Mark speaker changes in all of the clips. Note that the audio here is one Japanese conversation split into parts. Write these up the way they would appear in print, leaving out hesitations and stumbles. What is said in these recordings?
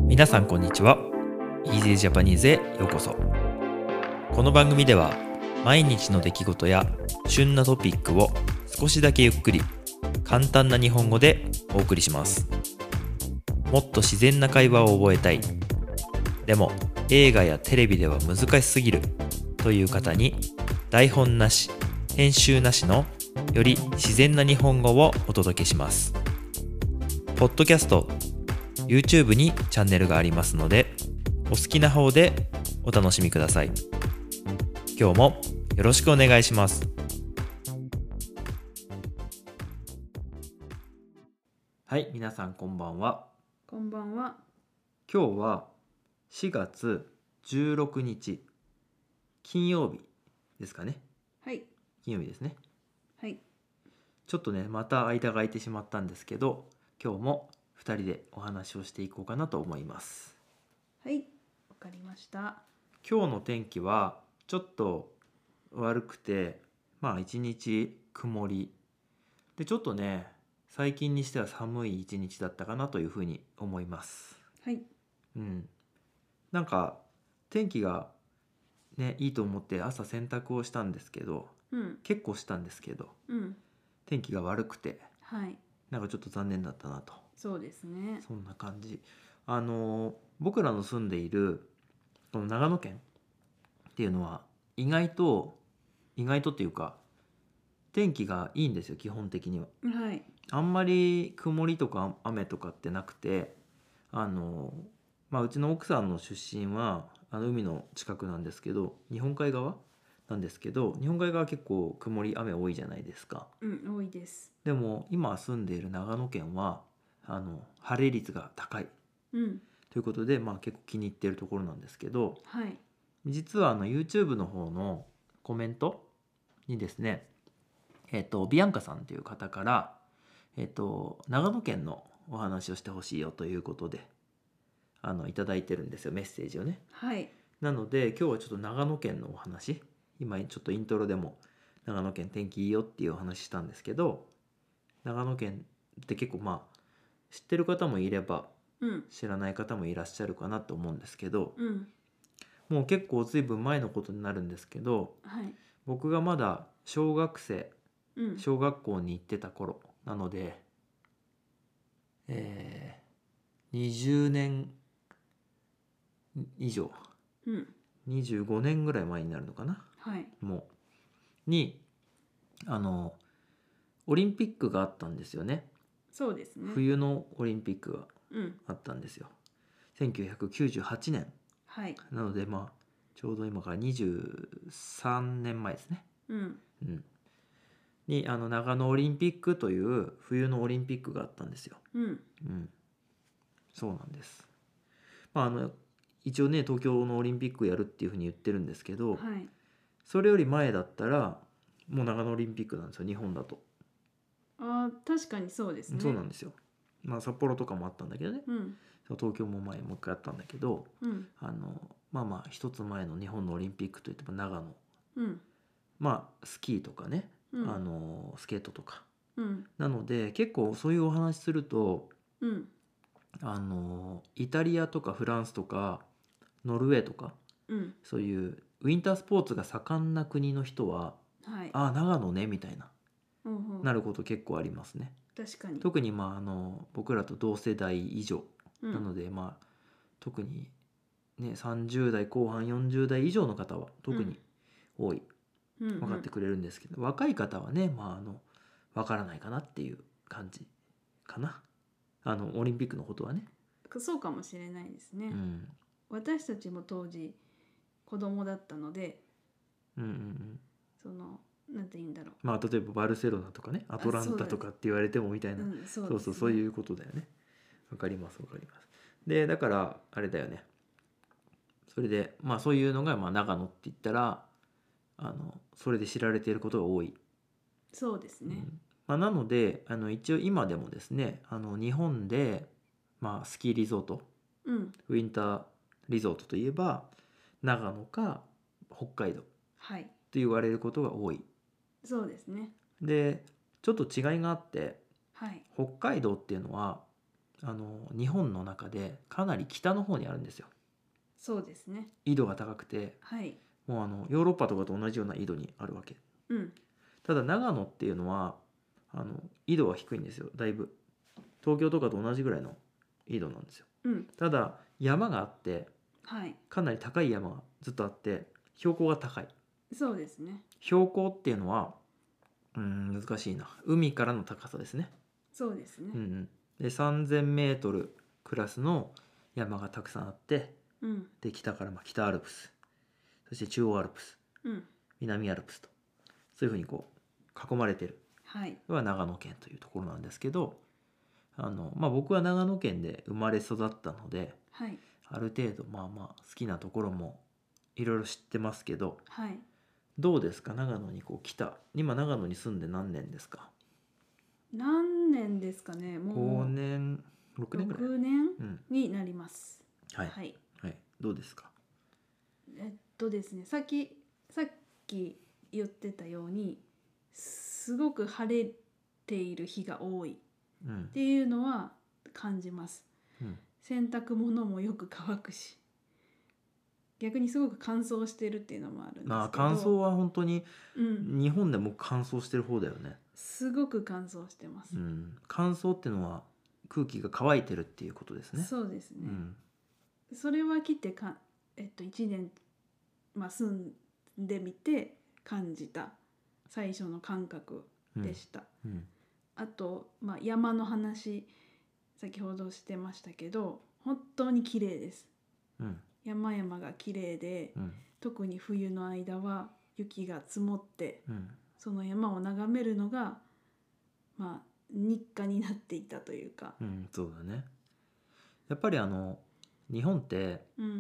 Speaker 1: 皆さんこんにちは。 Easy Japanese へようこそ。この番組では毎日の出来事や旬なトピックを少しだけゆっくり簡単な日本語でお送りします。もっと自然な会話を覚えたい、でも映画やテレビでは難しすぎるという方に、台本なし編集なしのより自然な日本語をお届けします。ポッドキャスト、YouTube にチャンネルがありますので、お好きな方でお楽しみください。今日もよろしくお願いします。はい、皆さんこんばんは。
Speaker 2: こんばんは。
Speaker 1: 今日は4月16日金曜日ですかね。
Speaker 2: はい。
Speaker 1: 金曜日ですね。
Speaker 2: はい。
Speaker 1: ちょっとね、また間が空いてしまったんですけど、今日も2人でお話をしていこうかなと思います。
Speaker 2: はい。わかりました。
Speaker 1: 今日の天気はちょっと悪くて、一日曇りで、ちょっとね、最近にしては寒い一日だったかなというふうに思います。
Speaker 2: はい。
Speaker 1: なんか天気がね、いいと思って朝洗濯をしたんですけど、結構したんですけど、天気が悪くて、
Speaker 2: はい。
Speaker 1: なんかちょっと残念だったなと。
Speaker 2: そうですね。
Speaker 1: そんな感じ。僕らの住んでいるこの長野県っていうのは意外とっていうか天気がいいんですよ、基本的には。
Speaker 2: はい。
Speaker 1: あんまり曇りとか雨とかってなくて、うちの奥さんの出身は海の近くなんですけど、日本海側なんですけど、日本海側結構曇り雨多いじゃないですか。
Speaker 2: 多いです。
Speaker 1: でも今住んでいる長野県は晴れ率が高いということで、結構気に入っているところなんですけど、
Speaker 2: はい。
Speaker 1: 実はYouTube の方のコメントにですね、ビアンカさんという方から、長野県のお話をしてほしいよということでいただいてるんですよ、メッセージをね。
Speaker 2: はい。
Speaker 1: なので今日はちょっと長野県のお話、今ちょっとイントロでも長野県天気いいよっていうお話したんですけど、長野県って結構知ってる方もいれば知らない方もいらっしゃるかなと思うんですけど、もう結構随分前のことになるんですけど、
Speaker 2: はい。
Speaker 1: 僕がまだ小学校に行ってた頃なので、20年以上、25年ぐらい前になるのかな、
Speaker 2: はい。
Speaker 1: もうにオリンピックがあったんですよね。
Speaker 2: そうですね。
Speaker 1: 冬のオリンピックがあったんですよ。1998年
Speaker 2: はい。
Speaker 1: なので、ちょうど今から23年前ですね。に長野オリンピックという冬のオリンピックがあったんですよ。そうなんです。一応ね、東京のオリンピックやるっていうふうに言ってるんですけど、
Speaker 2: はい。
Speaker 1: それより前だったらもう長野オリンピックなんですよ、日本だと。
Speaker 2: 確かにそうですね。
Speaker 1: そうなんですよ。札幌とかもあったんだけどね、東京も前もう一回あったんだけど、一つ前の日本のオリンピックといっても長野、スキーとかね、スケートとか、なので結構そういうお話すると、イタリアとかフランスとかノルウェーとか、そういうウィンタースポーツが盛んな国の人は、
Speaker 2: はい。
Speaker 1: 長野ねみたいな、なること結構ありますね。
Speaker 2: 確かに。
Speaker 1: 特に僕らと同世代以上なので、特にね30代後半40代以上の方は特に多い、分かってくれるんですけど、若い方はね分からないかなっていう感じかな、オリンピックのことはね。
Speaker 2: そうかもしれないですね。私たちも当時子供だったので、なんて言うんだろう。
Speaker 1: 例えばバルセロナとかね、アトランタとかって言われてもみたいな、そういうことだよね。わかります。でだからあれだよね。それでそういうのが長野って言ったらそれで知られていることが多い。
Speaker 2: そうですね。
Speaker 1: なので一応今でもですね、日本でスキーリゾート、ウィンターリゾートといえば長野か北海道と言われることが多い。
Speaker 2: そうですね。
Speaker 1: でちょっと違いがあって、
Speaker 2: はい。
Speaker 1: 北海道っていうのは日本の中でかなり北の方にあるんですよ。
Speaker 2: そうですね。
Speaker 1: 緯度が高くて、
Speaker 2: はい。
Speaker 1: もうヨーロッパとかと同じような緯度にあるわけ。
Speaker 2: うん。
Speaker 1: ただ長野っていうのは緯度は低いんですよ。だいぶ東京とかと同じぐらいの緯度なんですよ。
Speaker 2: うん。
Speaker 1: ただ山があって、
Speaker 2: はい。
Speaker 1: かなり高い山がずっとあって標高が高い。
Speaker 2: そうですね。
Speaker 1: 標高っていうのは難しいな。海からの高さですね。
Speaker 2: そうですね。
Speaker 1: で3000mクラスの山がたくさんあって、
Speaker 2: うん。
Speaker 1: で北から北アルプス、そして中央アルプス、
Speaker 2: うん。
Speaker 1: 南アルプスと、そういうふうに囲まれてる
Speaker 2: はい。
Speaker 1: のが長野県というところなんですけど、僕は長野県で生まれ育ったので、
Speaker 2: はい。
Speaker 1: ある程度好きなところもいろいろ知ってますけど、
Speaker 2: はい。
Speaker 1: どうですか、長野に来た。今長野に住んで何年ですか？
Speaker 2: 何年ですかね。もう
Speaker 1: 5年6年ぐらい。
Speaker 2: 6年になります。
Speaker 1: はい
Speaker 2: はい。
Speaker 1: はい、どうですか？
Speaker 2: ですね、さっき言ってたようにすごく晴れている日が多いっていうのは感じます。洗濯物もよく乾くし、逆にすごく乾燥してるっていうのもあるんですけど、
Speaker 1: 乾燥は本当に日本でも乾燥してる方だよね。
Speaker 2: すごく乾燥してます。
Speaker 1: 乾燥っていうのは空気が乾いてるっていうことですね。
Speaker 2: そうですね。それは来て1年、住んでみて感じた最初の感覚でした。あと、山の話先ほどしてましたけど、本当に綺麗です。山々が綺麗で、特に冬の間は雪が積もって、その山を眺めるのが日課になっていたというか。
Speaker 1: そうだね。やっぱり日本って、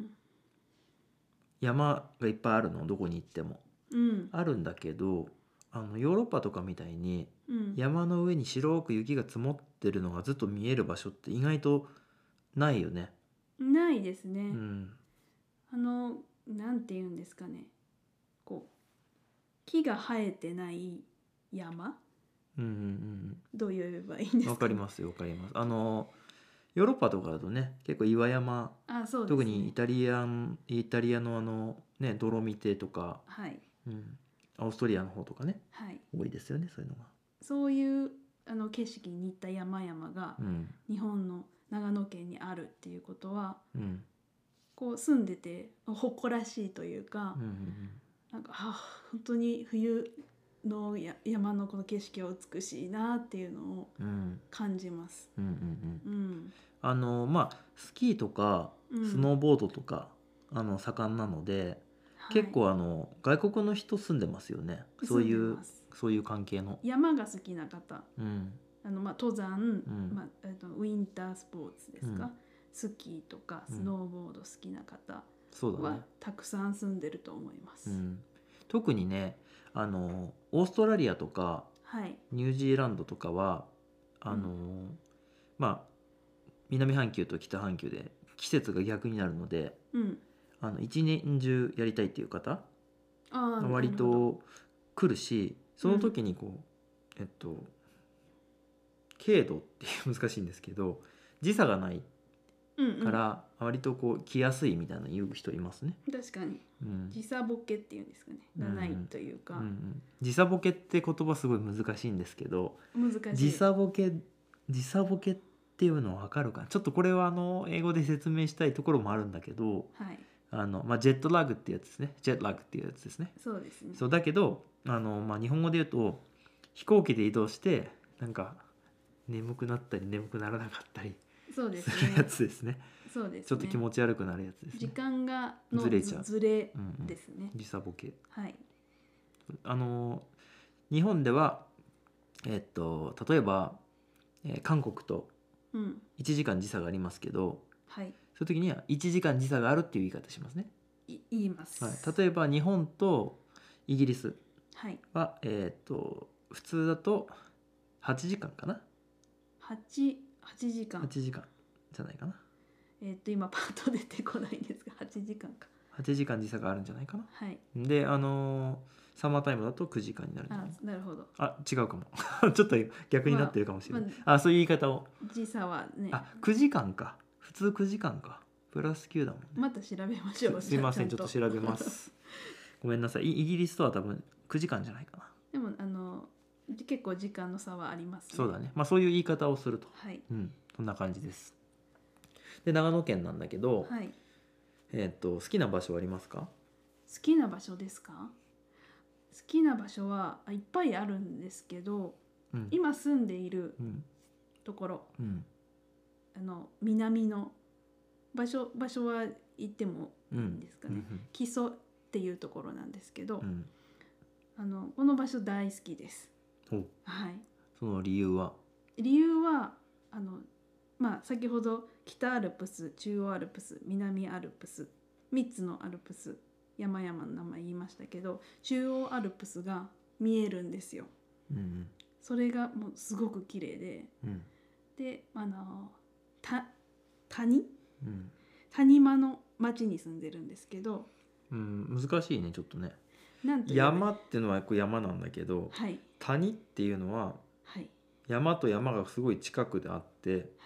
Speaker 1: 山がいっぱいあるの、どこに行っても、あるんだけど、ヨーロッパとかみたいに、山の上に白く雪が積もってるのがずっと見える場所って意外とないよね。
Speaker 2: ないですね。なんて言うんですかね、木が生えてない山、どう言えばいいんですかね。
Speaker 1: わかりますよ、わかります。ヨーロッパとかだとね、結構岩山、
Speaker 2: そうですね、
Speaker 1: 特にイタリアのドロミテとか、オーストリアの方とかね、多いですよね、そういうのが。そう
Speaker 2: いう景色に似た山々が日本の長野県にあるっていうことは、住んでて誇らしいというか、なんか本当に冬の山のこの景色は美しいなっていうのを感じます。
Speaker 1: スキーとかスノーボードとか盛んなので、結構外国の人住んでますよね。そういう関係の
Speaker 2: 山が好きな方、登山、ウィンタースポーツですか、スキーとかスノーボード好きな方はたくさん住んでると思います。
Speaker 1: 特にね、オーストラリアとか、ニュージーランドとかは南半球と北半球で季節が逆になるので、一年中やりたいっていう方割と来るし、その時に経度っていう難しいんですけど、時差がないから割と来やすいみたいな言う人いますね。
Speaker 2: 確かに、時差ボケっていうんですかね、がないというか、
Speaker 1: 時差ボケって言葉すごい難しいんですけど、時差ボケっていうのは分かるかな。ちょっとこれは英語で説明したいところもあるんだけど、ジェットラグっていうやつですね。ジェットラグっていうやつですね。
Speaker 2: そうですね。
Speaker 1: そうだけど日本語で言うと、飛行機で移動してなんか眠くなったり眠くならなかったりするやつですね。
Speaker 2: そうですね。
Speaker 1: ちょっと気持ち悪くなるやつですね。
Speaker 2: 時間が
Speaker 1: ずれちゃう。
Speaker 2: ずれですね。
Speaker 1: 時差ボケ。
Speaker 2: はい。
Speaker 1: 日本では例えば、韓国と1時間時差がありますけど、そういう時には1時間時差があるっていう言い方しますね。
Speaker 2: 言います。
Speaker 1: 例えば日本とイギリスは、普通だと8時間かな。8
Speaker 2: 時間
Speaker 1: じゃないかな。
Speaker 2: 今パッと出てこないんですが、8時間か。
Speaker 1: 8時間時差があるんじゃないかな。
Speaker 2: はい。
Speaker 1: でサマータイムだと9時間になるんじゃない？
Speaker 2: なるほど。
Speaker 1: 違うかもちょっと逆になってるかもしれない、そういう言い方を。
Speaker 2: 時差はね。
Speaker 1: 9時間か、普通9時間か、プラス9だもんね。
Speaker 2: また調べましょう。
Speaker 1: すいません、ちょっと調べますごめんなさい。イギリスとは多分9時間じゃないかな。
Speaker 2: でも結構時間の差はありますね。
Speaker 1: そうだね。そういう言い方をすると。
Speaker 2: はい。
Speaker 1: そんな感じです。で長野県なんだけど、
Speaker 2: はい。
Speaker 1: 好きな場所はありますか？
Speaker 2: 好きな場所ですか？好きな場所はいっぱいあるんですけど、今住んでいるところ、南の場所は行ってもいいんですかね。木曽っていうところなんですけど、この場所大好きです。はい。
Speaker 1: その理由は
Speaker 2: 先ほど北アルプス、中央アルプス、南アルプス、3つのアルプス、山々の名前言いましたけど、中央アルプスが見えるんですよ。それがもうすごく綺麗で、で谷間の町に住んでるんですけど、
Speaker 1: 難しいねちょっとね。
Speaker 2: なん
Speaker 1: 山っていうのは山なんだけど、
Speaker 2: はい、
Speaker 1: 谷っていうのは、
Speaker 2: はい、
Speaker 1: 山と山がすごい近くであって、
Speaker 2: はい、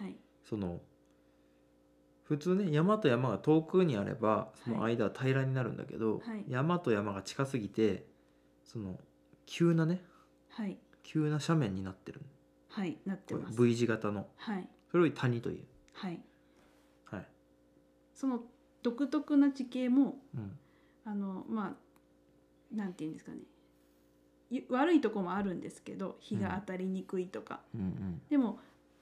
Speaker 1: 普通ね山と山が遠くにあればその間は平らになるんだけど、
Speaker 2: はい、
Speaker 1: 山と山が近すぎて急なね、
Speaker 2: はい、
Speaker 1: 急な斜面になってる、
Speaker 2: はい、なってます。
Speaker 1: V 字型の、
Speaker 2: はい、
Speaker 1: それを谷という、
Speaker 2: はい、
Speaker 1: はい、
Speaker 2: その独特な地形も、なんていうんですかね、悪いとこもあるんですけど、日が当たりにくいとか、でも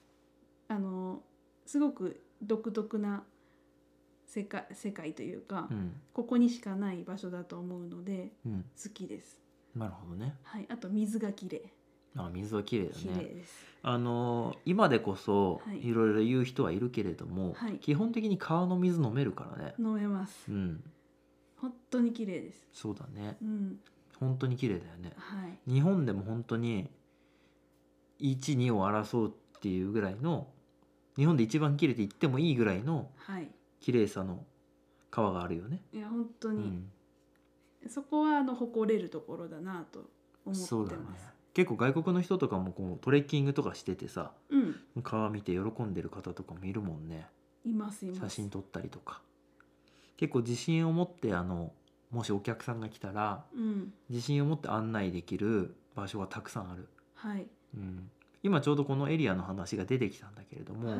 Speaker 2: すごく独特な世界というか、ここにしかない場所だと思うので、好きです。
Speaker 1: なるほどね。
Speaker 2: はい、あと水がきれい。
Speaker 1: 水はきれいだね。
Speaker 2: きれいです。
Speaker 1: 今でこそいろいろ言う人はいるけれども、基本的に川の水飲めるからね。
Speaker 2: 飲めます。本当にきれいです。
Speaker 1: そうだね。本当に綺麗だよね。
Speaker 2: はい、
Speaker 1: 日本でも本当に1、2を争うっていうぐらいの、日本で一番綺麗って言ってもいいぐらいの綺麗さの川があるよね。
Speaker 2: いや本当に、そこは誇れるところだなと思ってます。
Speaker 1: そうだね。結構外国の人とかもトレッキングとかしててさ、川見て喜んでる方とかもいるもんね。
Speaker 2: います。
Speaker 1: 写真撮ったりとか。結構自信を持ってもしお客さんが来たら、自信を持って案内できる場所がたくさんある。
Speaker 2: はい。
Speaker 1: 今ちょうどこのエリアの話が出てきたんだけれども、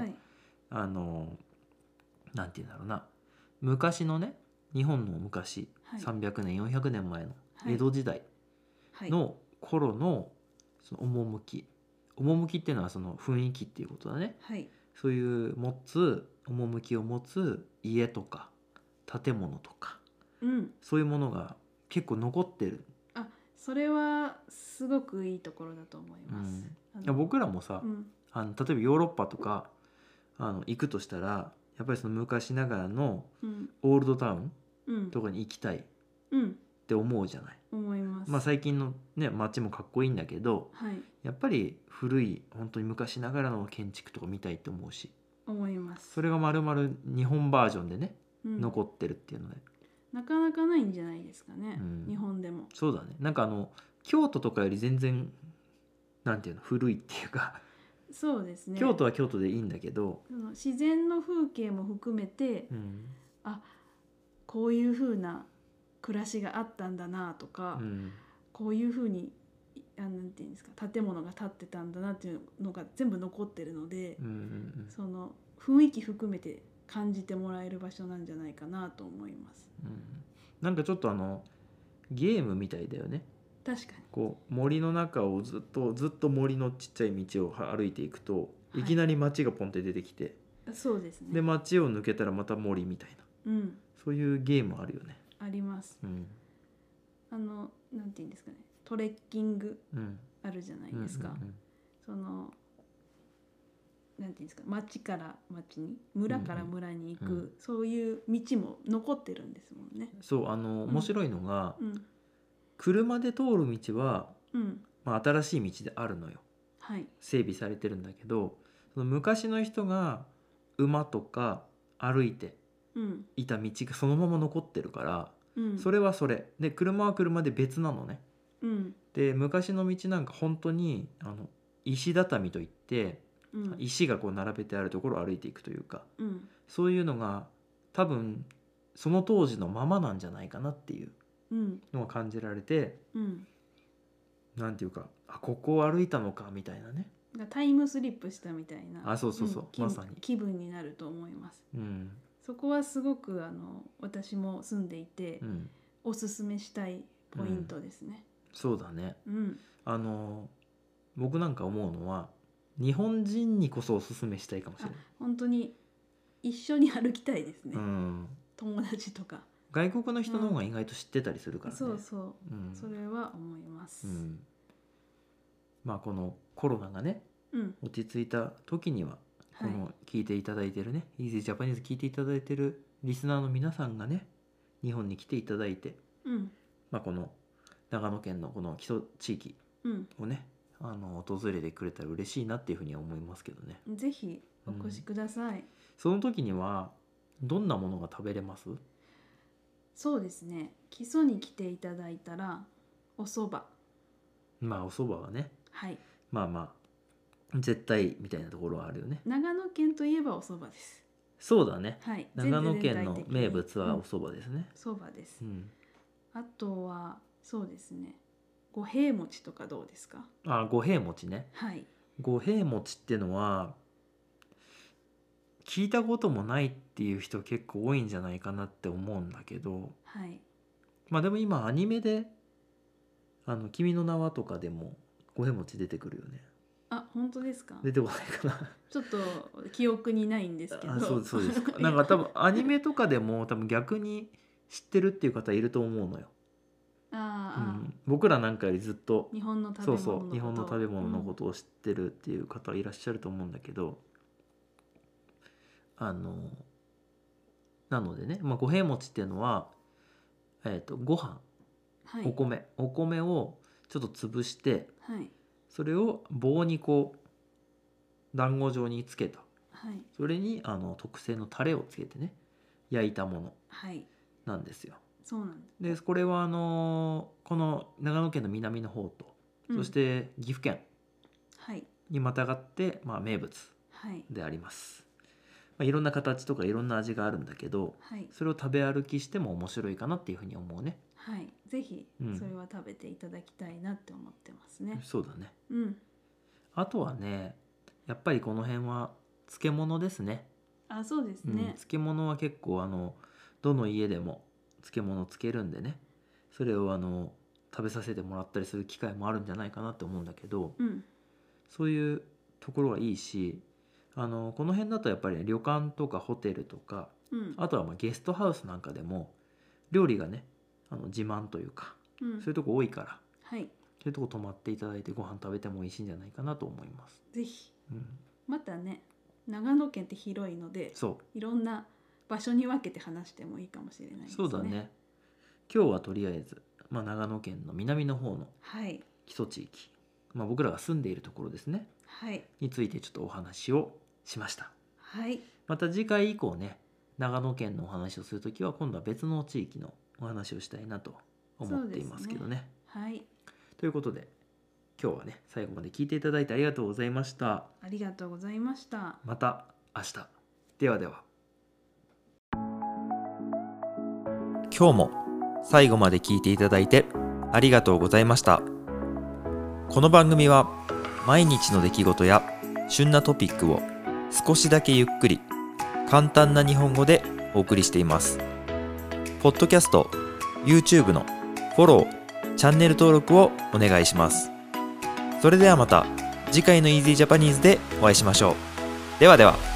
Speaker 1: なんていうんだろうな、昔のね、日本の昔、300年400年前の江戸時代の頃のその趣っていうのはその雰囲気っていうことだね。そういう趣を持つ家とか建物とか、そういうものが結構残ってる。
Speaker 2: それはすごくいいところだと思います。
Speaker 1: 僕らもさ、例えばヨーロッパとか行くとしたら、やっぱりその昔ながらのオールドタウンとかに行きたいって思うじゃない。
Speaker 2: 思います。
Speaker 1: 最近のね街もかっこいいんだけど、やっぱり古い本当に昔ながらの建築とか見たいって思うし、
Speaker 2: 思います。
Speaker 1: それがまるまる日本バージョンでね、残ってるっていうので、
Speaker 2: なかなかないんじゃないですかね、日本でも。
Speaker 1: そうだね。なんか京都とかより全然なんていうの、古いっていうか
Speaker 2: そうですね。
Speaker 1: 京都は京都でいいんだけど、
Speaker 2: 自然の風景も含めて、こういう風な暮らしがあったんだなとか、こういう風になんていうんですか、建物が建ってたんだなっていうのが全部残ってるので、その雰囲気含めて感じてもらえる場所なんじゃないかなと思います。
Speaker 1: なんかちょっとゲームみたいだよね。
Speaker 2: 確か
Speaker 1: に森の中をずっと森のちっちゃい道を歩いていくと、いきなり街がポンって出てきて、
Speaker 2: そうですね。
Speaker 1: で街を抜けたらまた森みたいな、そういうゲームあるよね。
Speaker 2: あります。なんていうんですかね、トレッキングあるじゃないですか。なんていうんですか、町から町に、村から村に行く、そういう道も残ってるんですもんね。
Speaker 1: そう、面白いのが、車で通る道は、新しい道であるのよ。整備されてるんだけど、その昔の人が馬とか歩いていた道がそのまま残ってるから、それはそれで車は車で別なのね。 で昔の道なんか本当に石畳といって、石がこう並べてあるところを歩いていくというか、そういうのが多分その当時のままなんじゃないかなっていうのが感じられて、なんていうかここを歩いたのかみたいなね、
Speaker 2: タイムスリップしたみたいな、
Speaker 1: そう、まさに
Speaker 2: 気分になると思います。そこはすごく私も住んでいて、おすすめしたいポイントですね。
Speaker 1: そうだね。僕なんか思うのは日本人にこそおすすめしたいかもしれない。
Speaker 2: 本当に一緒に歩きたいですね。友達とか
Speaker 1: 外国の人の方が意外と知ってたりするからね。
Speaker 2: それは思います。
Speaker 1: このコロナがね、落ち着いた時にはこの聞いていただいてるね、Easy Japanese 聞いていただいてるリスナーの皆さんがね、日本に来ていただいて、この長野県のこの基礎地域をね、訪れてくれたら嬉しいなっていうふうには思いますけどね。
Speaker 2: ぜひお越しください。
Speaker 1: その時にはどんなものが食べれます？
Speaker 2: そうですね、基礎に来ていただいたらお蕎麦。
Speaker 1: お蕎麦はね、絶対みたいなところはあるよね。
Speaker 2: 長野県といえばお蕎麦です。
Speaker 1: そうだね、長野県の名物はお蕎麦ですね。
Speaker 2: 蕎麦です。あとはそうですね、五平餅とかどうですか？
Speaker 1: 五平餅ね。五平餅っていうのは聞いたこともないっていう人結構多いんじゃないかなって思うんだけど、でも今アニメで君の名はとかでも五平餅出てくるよね。
Speaker 2: 本当ですか？
Speaker 1: 出てこないかな
Speaker 2: ちょっと記憶にないんですけど。
Speaker 1: そうですか。なんか多分アニメとかでも多分逆に知ってるっていう方いると思うのよ。僕らなんかよりずっと
Speaker 2: 日本の食べ物のこと、
Speaker 1: 日本の食べ物のことを知ってるっていう方いらっしゃると思うんだけど、なのでね、五平餅っていうのはご飯、お米をちょっと潰して、それを棒にこう団子状につけた、それに特製のタレをつけてね焼いたものなんですよ。
Speaker 2: そうなんです。
Speaker 1: これはこの長野県の南の方と、そして岐阜県にまたがって、名物であります。いろんな形とかいろんな味があるんだけど、それを食べ歩きしても面白いかなっていうふうに思うね。
Speaker 2: ぜひそれは食べていただきたいなって思ってますね。
Speaker 1: そうだね。あとはね、やっぱりこの辺は漬物ですね。
Speaker 2: そうですね。
Speaker 1: 漬物は結構どの家でも漬物つけるんでね、それを食べさせてもらったりする機会もあるんじゃないかなって思うんだけど、そういうところはいいし、この辺だとやっぱり旅館とかホテルとか、あとはゲストハウスなんかでも料理がね自慢というか、そういうとこ多いから、そういうとこ泊まっていただいてご飯食べても美味しいんじゃないかなと思います。
Speaker 2: ぜひ、またね、長野県って広いので、いろんな場所に分けて話してもいいかもしれないですね。
Speaker 1: そうだね。今日はとりあえず、長野県の南の方の基礎地域、僕らが住んでいるところですね、についてちょっとお話をしました。また次回以降ね、長野県のお話をするときは今度は別の地域のお話をしたいなと思っていますけどね。ということで今日はね、最後まで聞いていただいてありがとうございました。
Speaker 2: ありがとうございました。
Speaker 1: また明日。ではでは。今日も最後まで聞いていただいてありがとうございました。この番組は毎日の出来事や旬なトピックを少しだけゆっくり簡単な日本語でお送りしています。ポッドキャスト、YouTube のフォロー、チャンネル登録をお願いします。それではまた次回の Easy Japanese でお会いしましょう。ではでは。